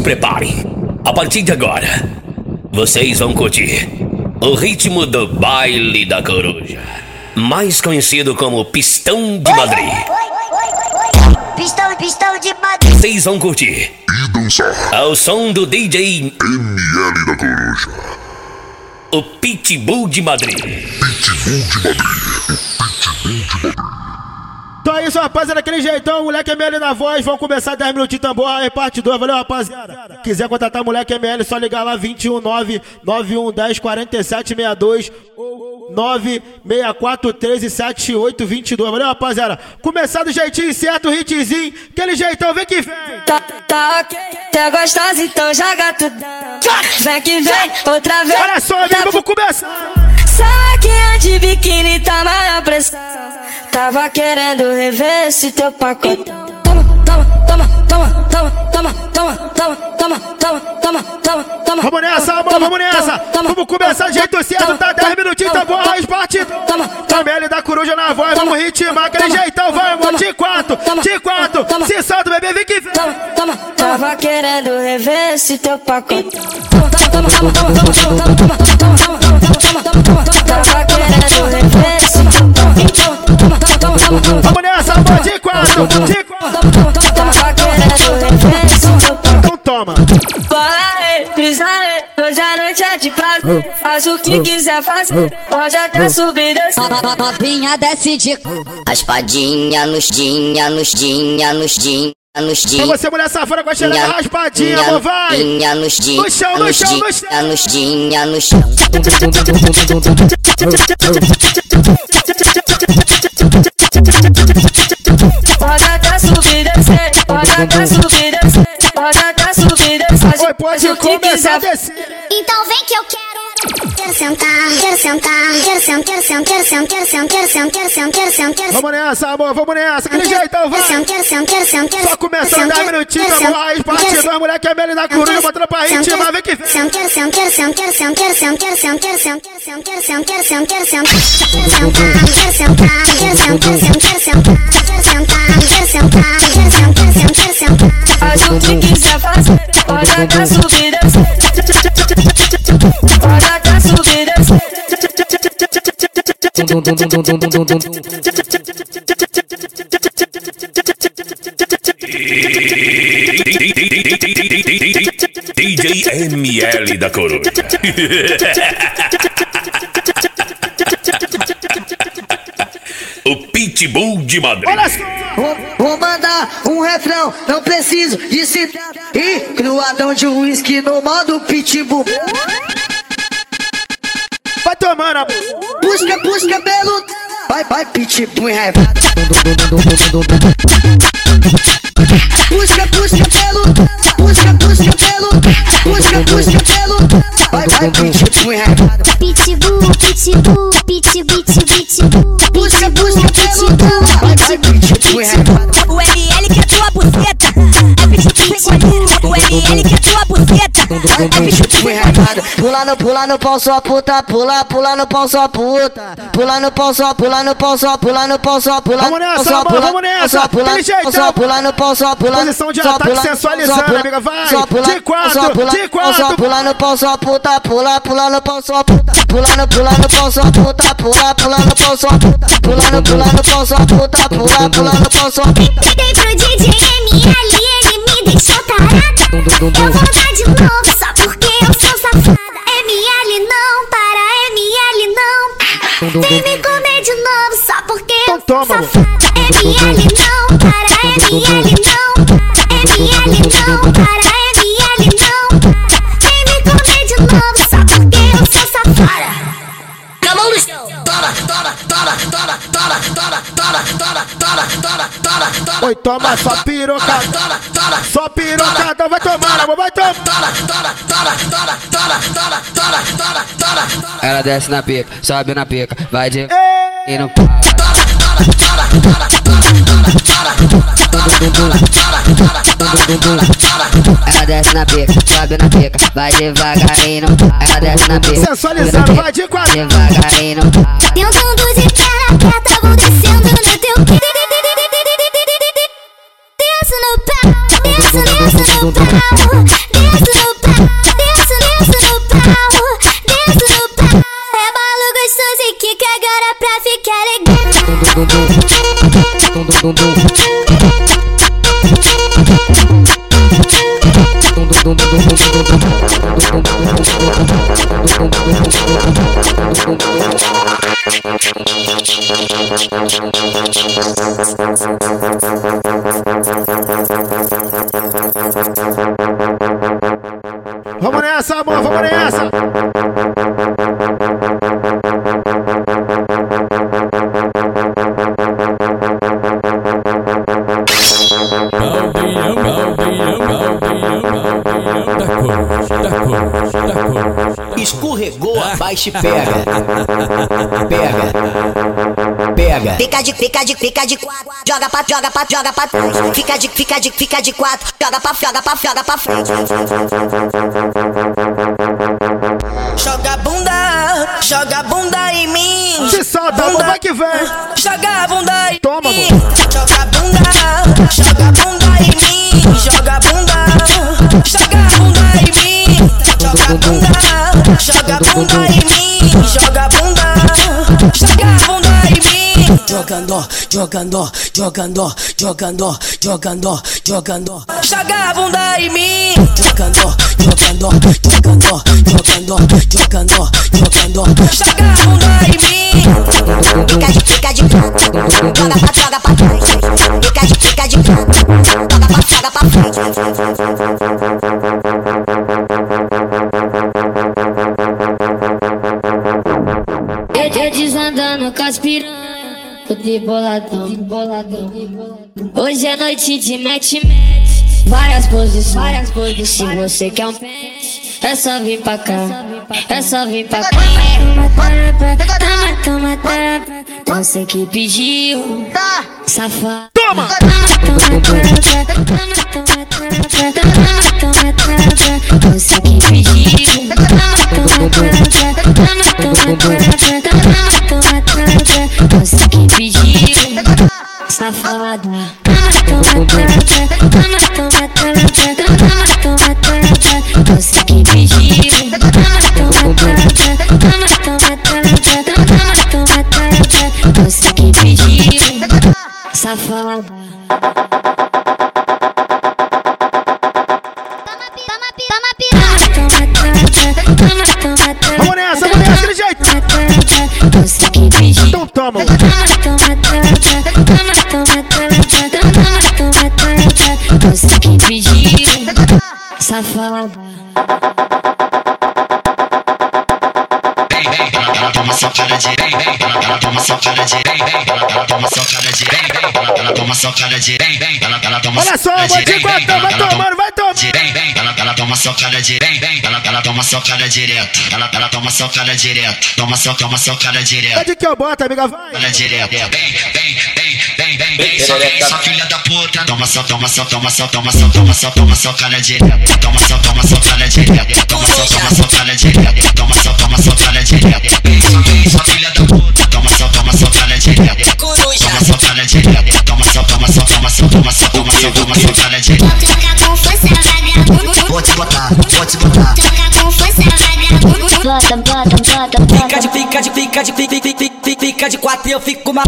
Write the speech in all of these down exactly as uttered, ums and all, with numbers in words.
preparem. A partir de agora, vocês vão curtir o ritmo do baile da coruja, mais conhecido como Pistão de Madrid. Pistão, pistão de Madrid. Vocês vão curtir e dançar ao som do D J M L da Coruja, o Pitbull de Madrid. Pitbull de Madrid, o Pitbull de Madrid. Então é isso, rapaziada, daquele jeitão, moleque M L na voz, vão começar dez minutinhos de tambor, aí parte dois, valeu, rapaziada. Quiser contratar moleque M L, só ligar lá vinte e um nove nove um um zero quatro sete seis dois ou nove seis quatro três sete oito dois dois, valeu, rapaziada. Começar do jeitinho certo, hitzinho, aquele jeitão, vem que vem. Tá, tá ok, tá gostosa, então joga tudo. Vem que vem, outra vez. Olha só, amigo, vamos começar. Saquinha de biquíni, tá maior pressão. Tava querendo rever esse teu pacote. Toma, toma, toma, toma, toma, toma, toma, toma, toma, toma, toma, toma, toma. Vamos nessa, amor, vamos nessa. Vamos começar do jeito certo, tá dez minutinhos, tá bom, raiz partido. M L da Coruja na voz, vamos ritmar aquele jeitão, vamos, de quatro, de quatro. Se solta, bebê, vem que vem. Tava querendo rever esse teu pacote. Toma, toma, toma, toma, toma, toma, toma, toma, toma, toma. Tava querendo rever esse teu pacote. Vamos nessa, amor, de quatro, de quatro. Tava querendo rever esse teu pacote. Então toma. Bola aí, brisa aí, hoje a noite é de prazer. Faz o que quiser fazer, pode até subir desse. Novinha desce de raspadinha nos dinha, nos dinha, nos dinha. Nos Pra você, mulher safada, com a xereca raspadinha, amor, vai! Nos din, no chão, no chão, no chão! Nos dinha, no chão. Pode até subir descer, pode até subir descer, pode até subir descer. Oi, pode começar a descer. Então vem que eu quero. Quero sentar, quero sentar, quero sentar, quero sentar, quero sentar, quero sentar, quero sentar, quero sentar, quero sentar, quero sentar. Vamos nessa, amor, vamos nessa, aquele jeitão, vai! Só começando dez minutinhos, amor, raiz partido, a mulher que é M L da Coruja, botando pra ritmar, vem que vem! Quero sentar, quero sentar, quero sentar, quero sentar, quero sentar, quero sentar, quero sentar, quero sentar, quero sentar, quero sentar, quero sentar, quero sentar, quero sentar, quero sentar, quero sentar, quero sentar, quero sentar, quero sentar. Faz o que quiser fazer, pode até subir descer. Pode até subir descer. D J M L da Coruja. O Pitbull de Madrid. Olha só! Vou, vou mandar um refrão, não preciso de citar. E cruadão de uísque no modo Pitbull. Vai tomando, amor! Busca, busca pelo. Vai, vai, Pitbull enraivado. Busca, busca pelo. Busca, busca pelo. Busca, busca pelo. Vai, vai, Pitbull enraivado. Pitbull, pitbull, pitbull, pitbull. Busca, busca pelo. Vai, vai, Pitbull enraivado. O M L que é tua buceta, é Pitbull sem goleiro. O M L que é tua buceta, é Pitbull enraivado. Pula no, pula no pau só puta, pula, pula no pau só puta. Pula no pau só, pula no pau só, pula no pau só, pula Vamos nessa, amor, vamos nessa! Aquele jeitão! pula no pau só, pula. Posição de ataque sensualizando, amiga, vai! De quatro, de quatro! Pula no pau só, puta, pula, pula no pau só, puta. Pula no, pula no pau só, puta, pula, pula no pau só, puta. Pula no, pula no pau só, puta, pula, pula no pau só, puta. Peguei pro D J M L, ele me deixou tarada. Eu vou dar de novo, só porque eu sou safada. M L não para, M L não. Vem me comer de novo, só porque eu sou safada. M L não para, M L não. M L não para, M L não. Vem me comer de novo, só porque eu sou safada. Na mão no chão. Toma, toma, toma, toma, toma, toma, toma, toma, toma, toma, toma, toma. Oi, toma só pirocada, só pirocada, vai tomar, amor, vai tomar. Ela desce na pica, sobe na pica, vai de e não Ela desce na pica, sobe na pica, vai devagar e não. Ela desce na pica, sensualizando, vai de quatro, devagar e não. Tentando de perna aberta, vou descendo no teu. Desce no pau, desce, desce no pau. Vamos nessa, amor, vamos nessa. Escorregou, abaixa e pega. Pega. Pega. Fica de, fica de, fica de quatro. Joga pra, joga pra, joga pra trás. Fica de, fica de, fica de quatro. Joga pra, joga pra, joga pra frente. Joga a bunda, joga a bunda em mim. Se solta, amor, vai que vem. Joga a bunda em Toma, mim. amor. Joga a bunda, joga a bunda em mim. Joga a bunda, joga a bunda em mim. Joga a bunda, joga a bunda em mim. Joga a bunda, joga a bunda em mim. Jogando, jogando, jogando, jogando, jogando, jogando. Joga a bunda em mim. Jogando, jogando, jogando, jogando, jogando, jogando. Joga a bunda em mim. Fica de, fica de quatro. Joga pra, joga pra trás. Fica de, fica de quatro. Joga pra, joga pra frente. Eu, eu desandando com as piranha. Tô de boladão, de boladão, de boladão. Hoje é noite de match-match. Várias posições, várias posições. Se você quer um pente, é só vir pra cá. É só vir pra cá. Toma, toma, toma. Você que pediu, safado. Toma! Você que pediu, você que pediu, safada. Você que pediu, você que pediu, safada. Vamos nessa, vamos nessa, aquele jeito. Você que pediu. Então toma. Você que pediu, safada. Ela toma socada de bem, bem, ela toma socada de bem, bem, ela toma socada de bem, bem, ela toma socada de bem, bem, ela toma. Olha só, o Bandinho vai tomando, vai tomando. De bem, bem, ela ela toma socada de bem, bem, ela ela toma socada direto, ela ela toma socada direto, toma só toma socada direto. É de que eu boto, amiga, vai. Ela direto, bem, bem, bem, bem, bem, bem, só vem, só filha da puta. Toma só, toma só, toma só, toma só, toma só, toma socada direto, toma só, toma socada direto, toma só, toma socada direto, toma só, toma socada direto. Só vem, só filha da puta. Toma só, toma socada direto, toma socada direto, toma só, toma só, toma só, toma só, toma só, toma socada direto. Joga com força, vagabundo. Vou te botar, vou te botar. Joga com força, vagabundo. Bota, bota, bota, Fica de, fica de, fica de, fica de, fica, fica de quatro e eu fico uma.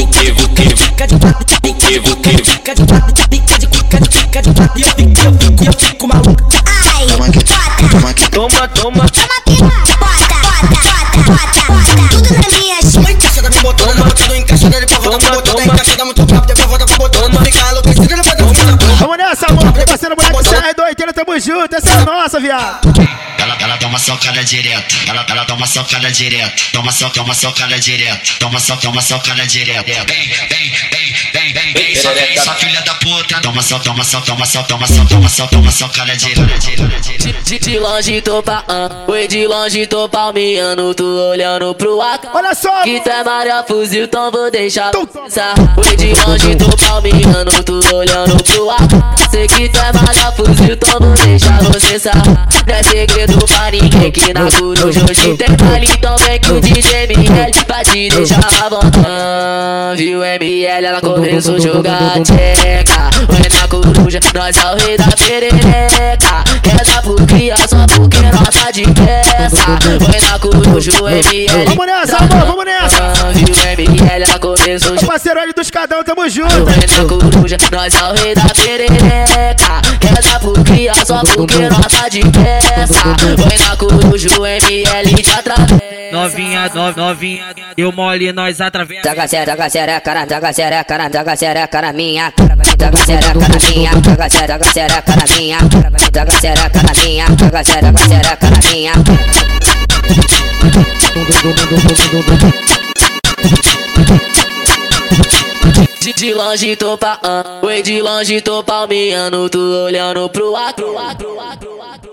Fica de quatro, fica de quatro, fica de quatro, fica de, fica de, fica de quatro e eu fico, eu fico, eu fico maluco. Ai, bota, Toma, toma. toma pica, bota, bota, bota, bota, tudo na minha chama. Encaixada me botando, na botando, encaixada ele pra volta, pra botar, encaixada muito rápido, depois volta pra botando, fica enlouquecido, ele vai dar um fim. Vamos nessa, amor. Parceiro, moleque, C R do oitenta, tamo junto. Essa é nossa, viado. Ela, ela toma socada direto, ela, ela toma socada direto, toma só, toma socada direto, toma só, toma socada direto. Bem, bem, bem, bem, bem, bem, só vem, só filha da puta. Toma só, toma só, toma só, toma só, toma só, toma socada direto. De, de, de longe tô pa, uh, oi, de longe tô palmeando, tu olhando pro A K. Olha só. Que tu é Maria Fuzil, então vou deixar pensar. Oi, de longe tô palmeando, tu olhando pro A K. Sei que tu é Maria Fuzil, então vou deixar você saber. Não é segredo pra ninguém que na coruja hoje tem baile. Então vem que o D J M L vai te deixar à vontade. Viu M L, ela começou a jogar tcheca. Oi, na coruja, nós é o rei da perereca. Quer dar pro cria só porque nós tá de peça. Oi, na coruja, o M L. Vamos nessa, amor, vamos nessa. Viu M L, ela começou a jogar parceiro ali dos Cadão, tamo junto. Na coruja, nós é o rei da perereca. Quer dar pro cria só porque nós tá de peça. Foi na coruja, o M L te atravessa. Novinha, no, novinha, eu mole nós atravessa. Taca xereca, xereca, na taca xereca, na taca xereca na minha. Taca xereca na minha, taca xereca, xereca na minha. Taca xereca na minha, taca xereca, xereca na minha. De, de longe tô pa, uh, oi de longe tô palmeando, tu olhando pro ato, pro ato, pro ato, pro ato.